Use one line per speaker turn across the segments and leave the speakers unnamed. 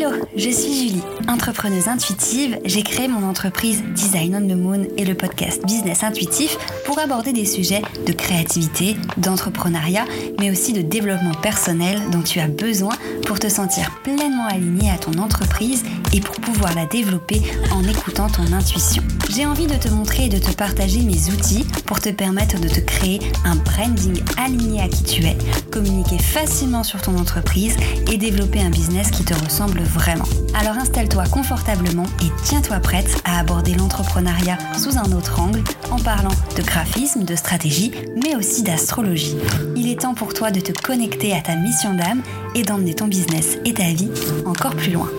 Hello, je suis Julie, entrepreneuse intuitive. J'ai créé mon entreprise Design on the Moon et le podcast Business Intuitif pour aborder des sujets de créativité, d'entrepreneuriat, mais aussi de développement personnel dont tu as besoin pour te sentir pleinement aligné à ton entreprise et pour pouvoir la développer en écoutant ton intuition. J'ai envie de te montrer et de te partager mes outils pour te permettre de te créer un branding aligné à qui tu es, communiquer facilement sur ton entreprise et développer un business qui te ressemble vraiment. Alors installe-toi confortablement et tiens-toi prête à aborder l'entrepreneuriat sous un autre angle en parlant de graphisme, de stratégie, mais aussi d'astrologie. Il est temps pour toi de te connecter à ta mission d'âme et d'emmener ton business et ta vie encore plus loin.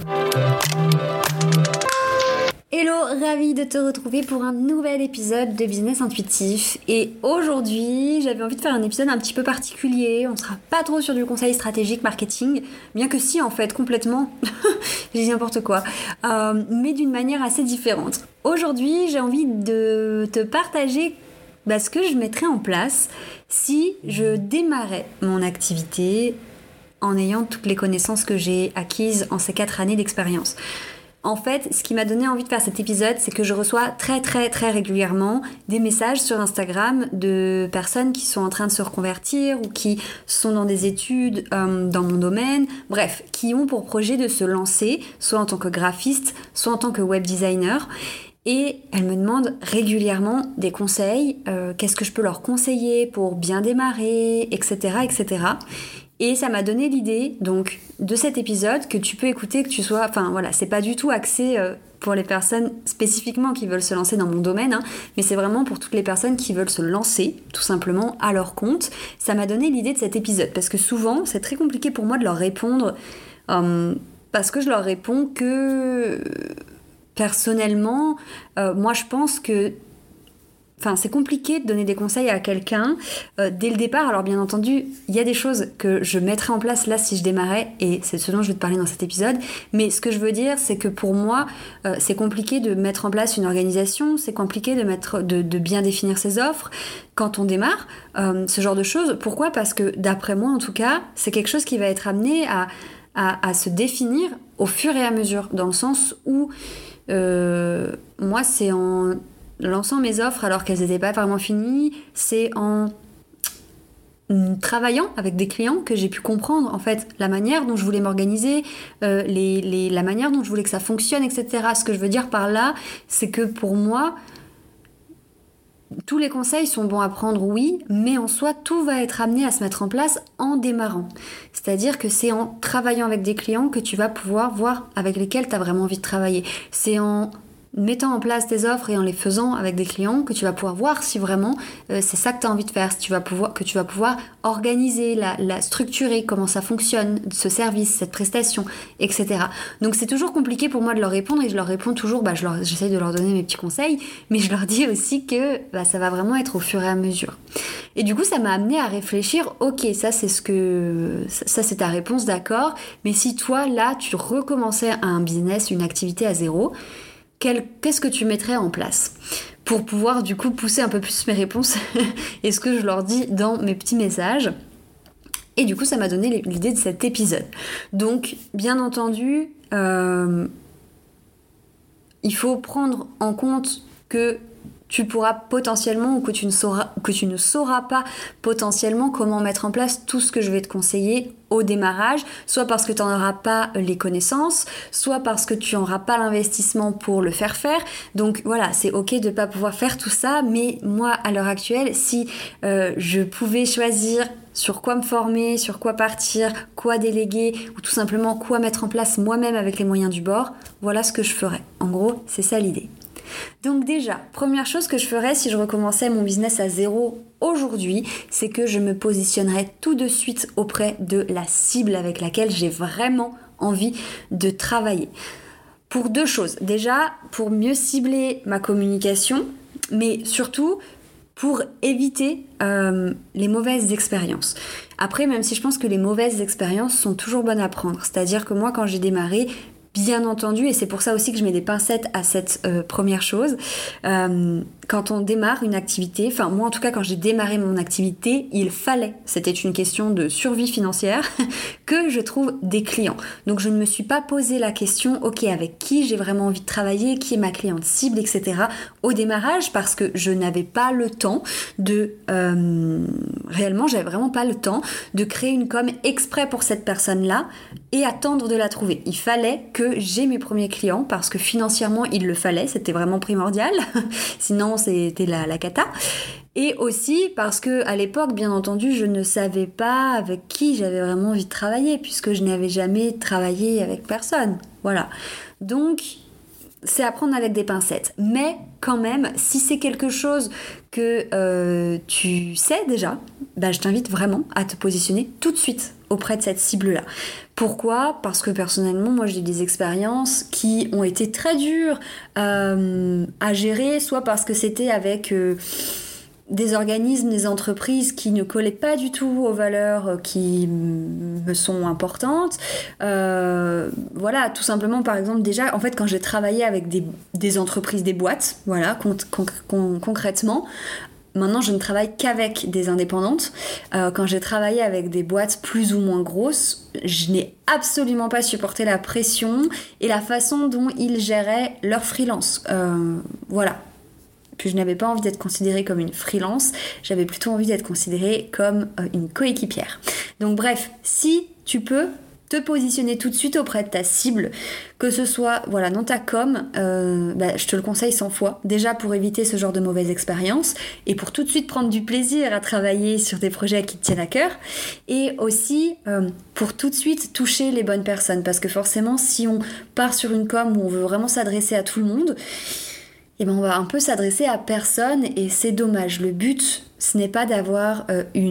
Hello, ravie de te retrouver pour un nouvel épisode de Business Intuitif. Et aujourd'hui, j'avais envie de faire un épisode un petit peu particulier. On sera pas trop sur du conseil stratégique marketing, bien que si en fait, complètement, j'ai dit n'importe quoi, mais d'une manière assez différente. Aujourd'hui, j'ai envie de te partager ce que je mettrais en place si je démarrais mon activité en ayant toutes les connaissances que j'ai acquises en ces 4 années d'expérience. En fait, ce qui m'a donné envie de faire cet épisode, c'est que je reçois très régulièrement des messages sur Instagram de personnes qui sont en train de se reconvertir ou qui sont dans des études dans mon domaine, bref, qui ont pour projet de se lancer, soit en tant que graphiste, soit en tant que web designer. Et elles me demandent régulièrement des conseils, qu'est-ce que je peux leur conseiller pour bien démarrer, etc., etc. Et ça m'a donné l'idée, donc, de cet épisode que tu peux écouter, que tu sois... Enfin, voilà, c'est pas du tout axé pour les personnes spécifiquement qui veulent se lancer dans mon domaine, mais c'est vraiment pour toutes les personnes qui veulent se lancer, tout simplement, à leur compte. Ça m'a donné l'idée de cet épisode, parce que souvent, c'est très compliqué pour moi de leur répondre, parce que je leur réponds que... Personnellement, moi, je pense que... Enfin, c'est compliqué de donner des conseils à quelqu'un dès le départ. Alors bien entendu, il y a des choses que je mettrais en place là si je démarrais, et c'est ce dont je vais te parler dans cet épisode. Mais ce que je veux dire, c'est que pour moi, c'est compliqué de mettre en place une organisation, c'est compliqué de bien définir ses offres quand on démarre, ce genre de choses. Pourquoi ? Parce que d'après moi, en tout cas, c'est quelque chose qui va être amené à se définir au fur et à mesure, dans le sens où moi, c'est en lançant mes offres alors qu'elles n'étaient pas vraiment finies, c'est en travaillant avec des clients que j'ai pu comprendre en fait la manière dont je voulais m'organiser, la manière dont je voulais que ça fonctionne, etc. Ce que je veux dire par là, c'est que pour moi, tous les conseils sont bons à prendre, oui, mais en soi, tout va être amené à se mettre en place en démarrant. C'est-à-dire que c'est en travaillant avec des clients que tu vas pouvoir voir avec lesquels tu as vraiment envie de travailler. C'est en mettant en place tes offres et en les faisant avec des clients que tu vas pouvoir voir si vraiment c'est ça que tu as envie de faire, si tu vas pouvoir organiser, la structurer, comment ça fonctionne, ce service, cette prestation, etc. Donc c'est toujours compliqué pour moi de leur répondre, et je leur réponds toujours, j'essaye de leur donner mes petits conseils, mais je leur dis aussi que ça va vraiment être au fur et à mesure. Et du coup, ça m'a amené à réfléchir, ok, ça c'est ta réponse, d'accord, mais si toi, là, tu recommençais un business, une activité à zéro, qu'est-ce que tu mettrais en place pour pouvoir du coup pousser un peu plus mes réponses et ce que je leur dis dans mes petits messages. Et du coup, ça m'a donné l'idée de cet épisode. Donc, bien entendu, il faut prendre en compte que tu pourras potentiellement, ou que tu ne sauras pas potentiellement comment mettre en place tout ce que je vais te conseiller au démarrage, soit parce que tu n'en auras pas les connaissances, soit parce que tu n'auras pas l'investissement pour le faire. Donc voilà, c'est ok de ne pas pouvoir faire tout ça, mais moi, à l'heure actuelle, si je pouvais choisir sur quoi me former, sur quoi partir, quoi déléguer, ou tout simplement quoi mettre en place moi-même avec les moyens du bord, voilà ce que je ferais. En gros, c'est ça l'idée. Donc déjà, première chose que je ferais si je recommençais mon business à zéro aujourd'hui, c'est que je me positionnerais tout de suite auprès de la cible avec laquelle j'ai vraiment envie de travailler. Pour 2 choses. Déjà, pour mieux cibler ma communication, mais surtout pour éviter les mauvaises expériences. Après, même si je pense que les mauvaises expériences sont toujours bonnes à prendre, c'est-à-dire que moi, quand j'ai démarré, Bien entendu, et c'est pour ça aussi que je mets des pincettes à cette première chose, quand on démarre une activité, enfin moi en tout cas quand j'ai démarré mon activité, il fallait, c'était une question de survie financière, que je trouve des clients. Donc je ne me suis pas posé la question, ok, avec qui j'ai vraiment envie de travailler, qui est ma cliente cible, etc. au démarrage, parce que je n'avais pas le temps de... réellement, j'avais vraiment pas le temps de créer une com exprès pour cette personne-là et attendre de la trouver. Il fallait que j'ai mes premiers clients parce que financièrement, il le fallait, c'était vraiment primordial. Sinon, c'était la cata. Et aussi parce que à l'époque, bien entendu, je ne savais pas avec qui j'avais vraiment envie de travailler puisque je n'avais jamais travaillé avec personne. Voilà. Donc, c'est à prendre avec des pincettes. Mais quand même, si c'est quelque chose que tu sais déjà, bah, je t'invite vraiment à te positionner tout de suite auprès de cette cible-là. Pourquoi ? Parce que personnellement, moi j'ai des expériences qui ont été très dures à gérer, soit parce que c'était avec... des organismes, des entreprises qui ne collaient pas du tout aux valeurs qui me sont importantes. Voilà, tout simplement, par exemple, déjà, en fait, quand j'ai travaillé avec des entreprises, des boîtes, voilà, concrètement, maintenant, je ne travaille qu'avec des indépendantes. Quand j'ai travaillé avec des boîtes plus ou moins grosses, je n'ai absolument pas supporté la pression et la façon dont ils géraient leur freelance. Voilà. Puis je n'avais pas envie d'être considérée comme une freelance, j'avais plutôt envie d'être considérée comme une coéquipière. Donc bref, si tu peux te positionner tout de suite auprès de ta cible, que ce soit voilà, dans ta com, je te le conseille 100 fois, déjà pour éviter ce genre de mauvaises expériences et pour tout de suite prendre du plaisir à travailler sur des projets qui te tiennent à cœur et aussi pour tout de suite toucher les bonnes personnes parce que forcément si on part sur une com où on veut vraiment s'adresser à tout le monde, et ben on va un peu s'adresser à personne et c'est dommage. Le but, ce n'est pas d'avoir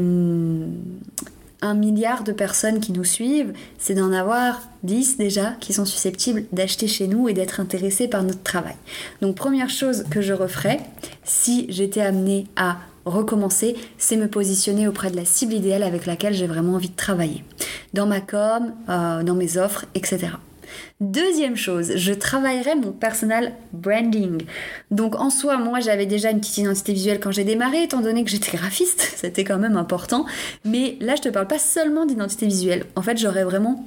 1 milliard de personnes qui nous suivent, c'est d'en avoir 10 déjà qui sont susceptibles d'acheter chez nous et d'être intéressés par notre travail. Donc première chose que je referais, si j'étais amenée à recommencer, c'est me positionner auprès de la cible idéale avec laquelle j'ai vraiment envie de travailler. Dans ma com, dans mes offres, etc. Deuxième chose, je travaillerai mon personal branding. Donc en soi, moi j'avais déjà une petite identité visuelle quand j'ai démarré, étant donné que j'étais graphiste, c'était quand même important. Mais là, je te parle pas seulement d'identité visuelle. En fait, j'aurais vraiment...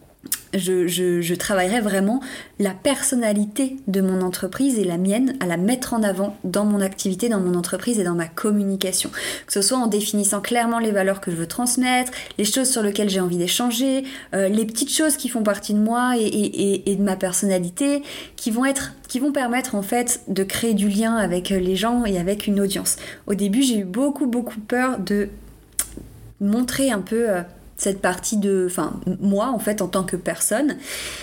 Je travaillerai vraiment la personnalité de mon entreprise et la mienne à la mettre en avant dans mon activité, dans mon entreprise et dans ma communication. Que ce soit en définissant clairement les valeurs que je veux transmettre, les choses sur lesquelles j'ai envie d'échanger, les petites choses qui font partie de moi et de ma personnalité qui vont permettre en fait de créer du lien avec les gens et avec une audience. Au début, j'ai eu beaucoup peur de montrer un peu... cette partie de, moi en fait en tant que personne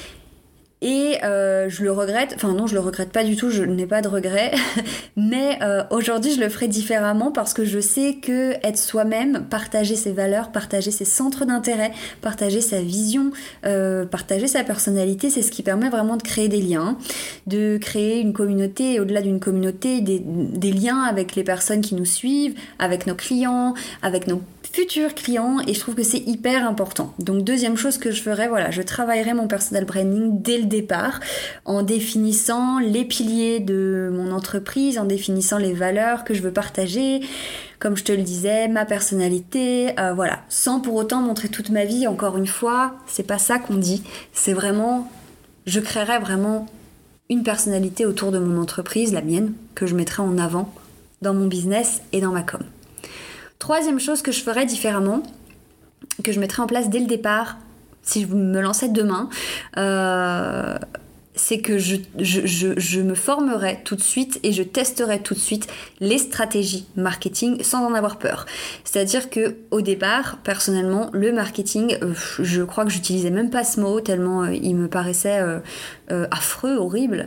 et je le regrette, non je le regrette pas du tout, je n'ai pas de regrets mais aujourd'hui je le ferai différemment parce que je sais que être soi-même, partager ses valeurs, partager ses centres d'intérêt, partager sa vision, partager sa personnalité, c'est ce qui permet vraiment de créer des liens, de créer une communauté et au-delà d'une communauté, des liens avec les personnes qui nous suivent, avec nos clients, avec nos futurs clients et je trouve que c'est hyper important. Donc deuxième chose que je ferai, voilà, je travaillerai mon personal branding dès le départ en définissant les piliers de mon entreprise, en définissant les valeurs que je veux partager, comme je te le disais, ma personnalité, voilà, sans pour autant montrer toute ma vie, encore une fois, c'est pas ça qu'on dit, c'est vraiment, je créerai vraiment une personnalité autour de mon entreprise, la mienne, que je mettrai en avant dans mon business et dans ma com. Troisième chose que je ferais différemment, que je mettrais en place dès le départ, si je me lançais demain, c'est que je me formerai tout de suite et je testerai tout de suite les stratégies marketing sans en avoir peur. C'est-à-dire que au départ, personnellement, le marketing, je crois que j'utilisais même pas ce mot tellement il me paraissait affreux, horrible.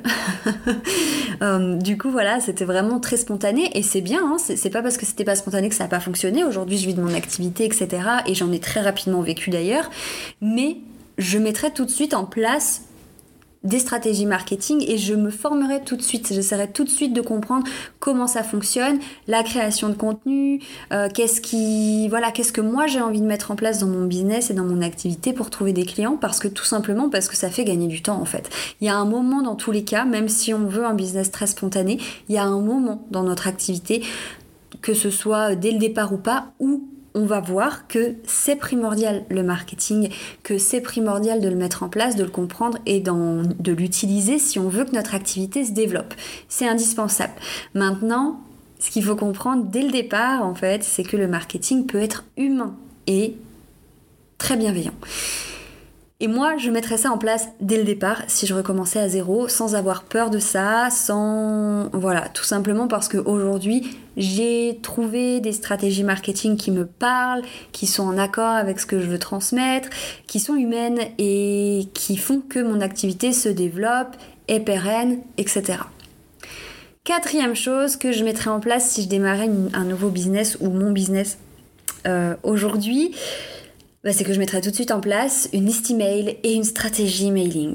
Du coup, voilà, c'était vraiment très spontané et c'est bien, hein, c'est pas parce que c'était pas spontané que ça a pas fonctionné. Aujourd'hui, je vis de mon activité, etc. et j'en ai très rapidement vécu d'ailleurs, mais je mettrai tout de suite en place des stratégies marketing et je me formerai tout de suite. J'essaierai tout de suite de comprendre comment ça fonctionne, la création de contenu, qu'est-ce que moi j'ai envie de mettre en place dans mon business et dans mon activité pour trouver des clients, parce que ça fait gagner du temps en fait. Il y a un moment dans tous les cas, même si on veut un business très spontané, il y a un moment dans notre activité, que ce soit dès le départ ou pas, où on va voir que c'est primordial le marketing, que c'est primordial de le mettre en place, de le comprendre et de l'utiliser si on veut que notre activité se développe. C'est indispensable. Maintenant, ce qu'il faut comprendre dès le départ, en fait, c'est que le marketing peut être humain et très bienveillant. Et moi, je mettrais ça en place dès le départ si je recommençais à zéro, sans avoir peur de ça, tout simplement parce qu'aujourd'hui, j'ai trouvé des stratégies marketing qui me parlent, qui sont en accord avec ce que je veux transmettre, qui sont humaines et qui font que mon activité se développe, est pérenne, etc. Quatrième chose que je mettrais en place si je démarrais un nouveau business ou mon business aujourd'hui, c'est que je mettrais tout de suite en place une liste email et une stratégie mailing.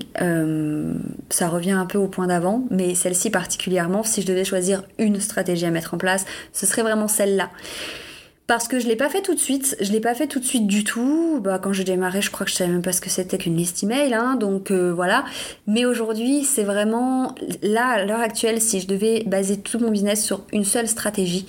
Ça revient un peu au point d'avant, mais celle-ci particulièrement, si je devais choisir une stratégie à mettre en place, ce serait vraiment celle-là. Parce que je l'ai pas fait tout de suite du tout. Quand j'ai démarré, je crois que je savais même pas ce que c'était qu'une liste email, donc voilà. Mais aujourd'hui, c'est vraiment, là, à l'heure actuelle, si je devais baser tout mon business sur une seule stratégie,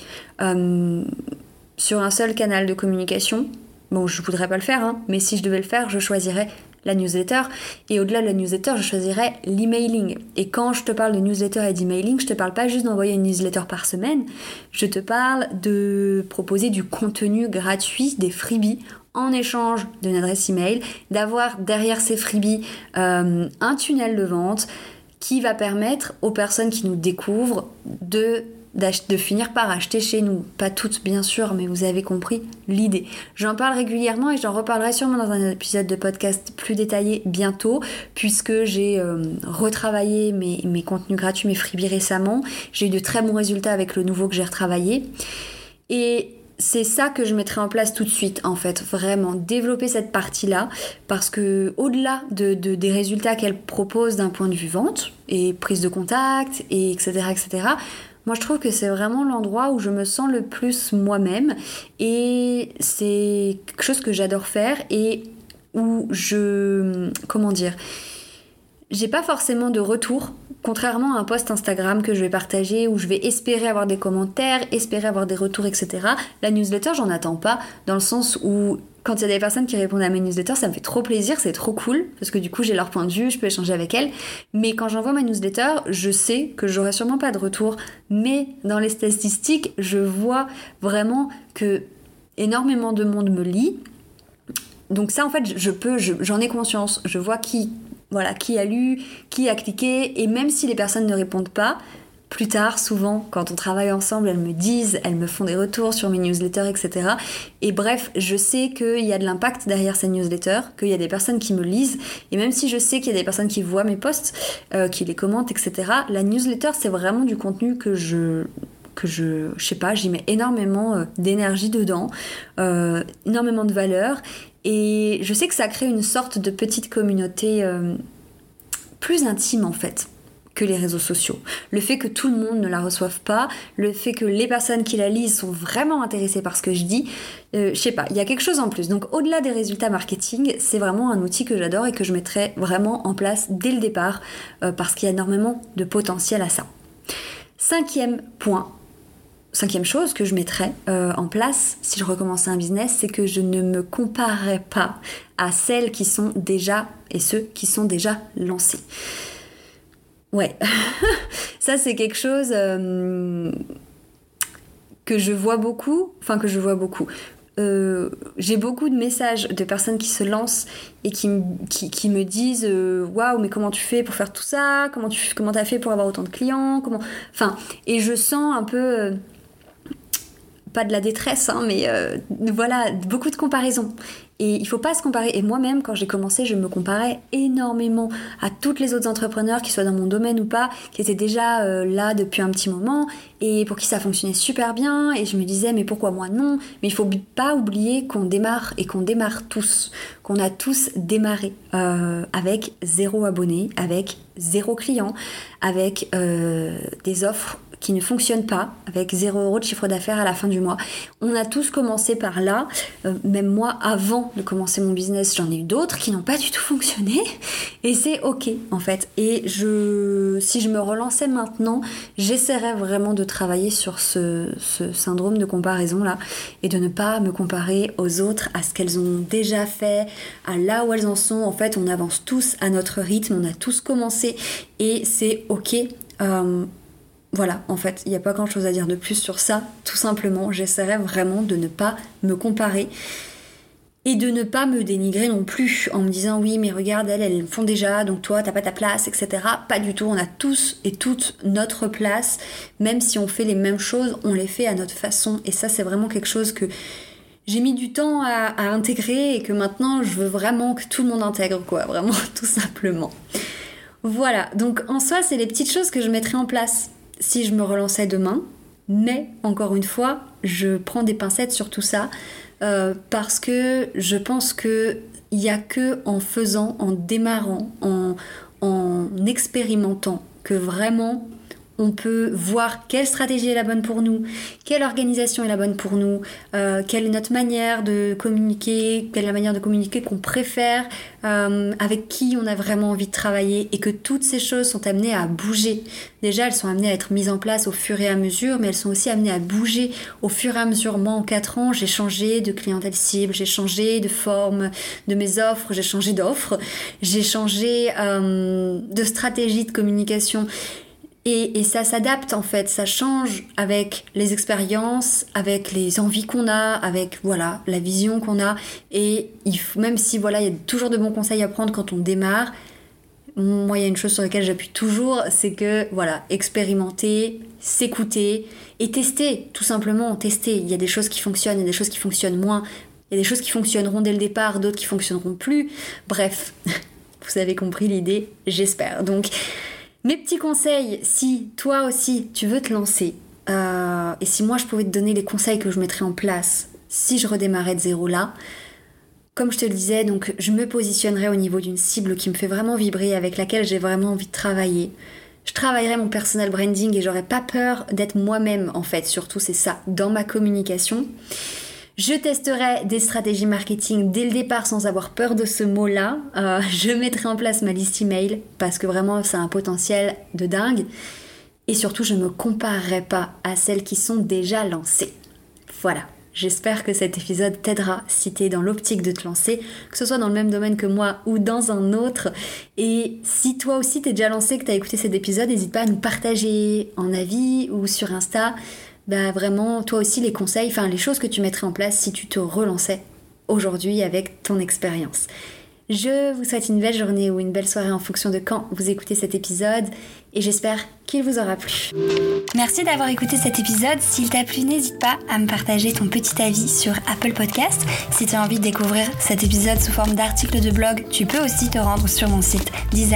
sur un seul canal de communication, bon, je voudrais pas le faire, mais si je devais le faire, je choisirais la newsletter. Et au-delà de la newsletter, je choisirais l'emailing. Et quand je te parle de newsletter et d'emailing, je te parle pas juste d'envoyer une newsletter par semaine, je te parle de proposer du contenu gratuit, des freebies, en échange d'une adresse email, d'avoir derrière ces freebies un tunnel de vente qui va permettre aux personnes qui nous découvrent de finir par acheter chez nous. Pas toutes bien sûr, mais vous avez compris l'idée. J'en parle régulièrement et j'en reparlerai sûrement dans un épisode de podcast plus détaillé bientôt, puisque j'ai retravaillé mes contenus gratuits, mes freebies récemment. J'ai eu de très bons résultats avec le nouveau que j'ai retravaillé. Et c'est ça que je mettrai en place tout de suite, en fait, vraiment développer cette partie-là, parce que au-delà des résultats qu'elle propose d'un point de vue vente et prise de contact, et etc., moi, je trouve que c'est vraiment l'endroit où je me sens le plus moi-même et c'est quelque chose que j'adore faire et où j'ai pas forcément de retour, contrairement à un post Instagram que je vais partager où je vais espérer avoir des commentaires, espérer avoir des retours, etc. La newsletter, j'en attends pas, dans le sens où quand il y a des personnes qui répondent à mes newsletters, ça me fait trop plaisir, c'est trop cool, parce que du coup j'ai leur point de vue, je peux échanger avec elles. Mais quand j'envoie ma newsletter, je sais que j'aurai sûrement pas de retour, mais dans les statistiques, je vois vraiment que énormément de monde me lit. Donc ça, en fait, j'en ai conscience, je vois qui a lu, qui a cliqué, et même si les personnes ne répondent pas, plus tard, souvent, quand on travaille ensemble, elles me font des retours sur mes newsletters, etc. Et bref, je sais qu'il y a de l'impact derrière ces newsletters, qu'il y a des personnes qui me lisent, et même si je sais qu'il y a des personnes qui voient mes posts, qui les commentent, etc., la newsletter, c'est vraiment du contenu que je sais pas, j'y mets énormément d'énergie dedans, énormément de valeur, et je sais que ça crée une sorte de petite communauté plus intime, en fait, que les réseaux sociaux. Le fait que tout le monde ne la reçoive pas, le fait que les personnes qui la lisent sont vraiment intéressées par ce que je dis, je sais pas, il y a quelque chose en plus. Donc au-delà des résultats marketing, c'est vraiment un outil que j'adore et que je mettrai vraiment en place dès le départ parce qu'il y a énormément de potentiel à ça. Cinquième chose que je mettrais en place si je recommençais un business, c'est que je ne me comparerais pas à celles qui sont déjà et ceux qui sont déjà lancés. Ouais, ça c'est quelque chose que je vois beaucoup. J'ai beaucoup de messages de personnes qui se lancent et qui me disent waouh, mais comment tu fais pour faire tout ça, comment t'as fait pour avoir autant de clients, et je sens un peu pas de la détresse, mais voilà, beaucoup de comparaisons. Et il faut pas se comparer. Et moi-même, quand j'ai commencé, je me comparais énormément à toutes les autres entrepreneurs, qu'ils soient dans mon domaine ou pas, qui étaient déjà là depuis un petit moment et pour qui ça fonctionnait super bien. Et je me disais, mais pourquoi moi non? Mais il faut pas oublier qu'on démarre et qu'on démarre tous, qu'on a tous démarré avec 0 abonné, avec 0 client, avec des offres qui ne fonctionnent pas, avec 0 € de chiffre d'affaires à la fin du mois. On a tous commencé par là, même moi, avant de commencer mon business, j'en ai eu d'autres qui n'ont pas du tout fonctionné, et c'est ok, en fait. Et si je me relançais maintenant, j'essaierais vraiment de travailler sur ce syndrome de comparaison-là, et de ne pas me comparer aux autres, à ce qu'elles ont déjà fait, à là où elles en sont. En fait, on avance tous à notre rythme, on a tous commencé, et c'est ok. Voilà, en fait, il n'y a pas grand chose à dire de plus sur ça, tout simplement. J'essaierai vraiment de ne pas me comparer et de ne pas me dénigrer non plus en me disant oui, mais regarde, elles le font déjà, donc toi, t'as pas ta place, etc. Pas du tout, on a tous et toutes notre place, même si on fait les mêmes choses, on les fait à notre façon. Et ça, c'est vraiment quelque chose que j'ai mis du temps à intégrer et que maintenant, je veux vraiment que tout le monde intègre, quoi, vraiment, tout simplement. Voilà, donc en soi, c'est les petites choses que je mettrai en place si je me relançais demain, mais encore une fois, je prends des pincettes sur tout ça parce que je pense qu'il n'y a que en faisant, en démarrant, en expérimentant que vraiment on peut voir quelle stratégie est la bonne pour nous, quelle organisation est la bonne pour nous, quelle est notre manière de communiquer, quelle est la manière de communiquer qu'on préfère, avec qui on a vraiment envie de travailler, et que toutes ces choses sont amenées à bouger. Déjà, elles sont amenées à être mises en place au fur et à mesure, mais elles sont aussi amenées à bouger au fur et à mesure. Moi, en 4 ans, j'ai changé de clientèle cible, j'ai changé de forme de mes offres, j'ai changé d'offres, j'ai changé de stratégie de communication. Et ça s'adapte en fait, ça change avec les expériences, avec les envies qu'on a, avec voilà la vision qu'on a. Et même si voilà, il y a toujours de bons conseils à prendre quand on démarre, moi il y a une chose sur laquelle j'appuie toujours, c'est que voilà, expérimenter, s'écouter et tester, tout simplement tester. Il y a des choses qui fonctionnent, il y a des choses qui fonctionnent moins, il y a des choses qui fonctionneront dès le départ, d'autres qui fonctionneront plus. Bref, vous avez compris l'idée, j'espère. Donc mes petits conseils, si toi aussi tu veux te lancer, et si moi je pouvais te donner les conseils que je mettrais en place si je redémarrais de zéro là, comme je te le disais, donc je me positionnerais au niveau d'une cible qui me fait vraiment vibrer, avec laquelle j'ai vraiment envie de travailler. Je travaillerais mon personal branding et j'aurais pas peur d'être moi-même en fait, surtout c'est ça, dans ma communication. Je testerai des stratégies marketing dès le départ sans avoir peur de ce mot-là. Je mettrai en place ma liste email parce que vraiment ça a un potentiel de dingue. Et surtout, je ne me comparerai pas à celles qui sont déjà lancées. Voilà. J'espère que cet épisode t'aidera si t'es dans l'optique de te lancer, que ce soit dans le même domaine que moi ou dans un autre. Et si toi aussi t'es déjà lancé, que t'as écouté cet épisode, n'hésite pas à nous partager en avis ou sur Insta. Bah vraiment, toi aussi les conseils, enfin les choses que tu mettrais en place si tu te relançais aujourd'hui avec ton expérience. Je vous souhaite une belle journée ou une belle soirée en fonction de quand vous écoutez cet épisode et j'espère qu'il vous aura plu. Merci d'avoir écouté cet épisode. S'il t'a plu, n'hésite pas à me partager ton petit avis sur Apple Podcast. Si tu as envie de découvrir cet épisode sous forme d'article de blog, tu peux aussi te rendre sur mon site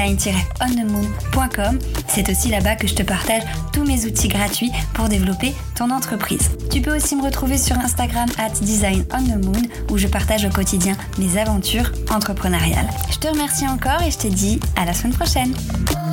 design-onthemoon.com. C'est aussi là-bas que je te partage tous mes outils gratuits pour développer ton entreprise. Tu peux aussi me retrouver sur Instagram @designonthemoon où je partage au quotidien mes aventures entrepreneuriales. Je te remercie encore et je te dis à la semaine prochaine.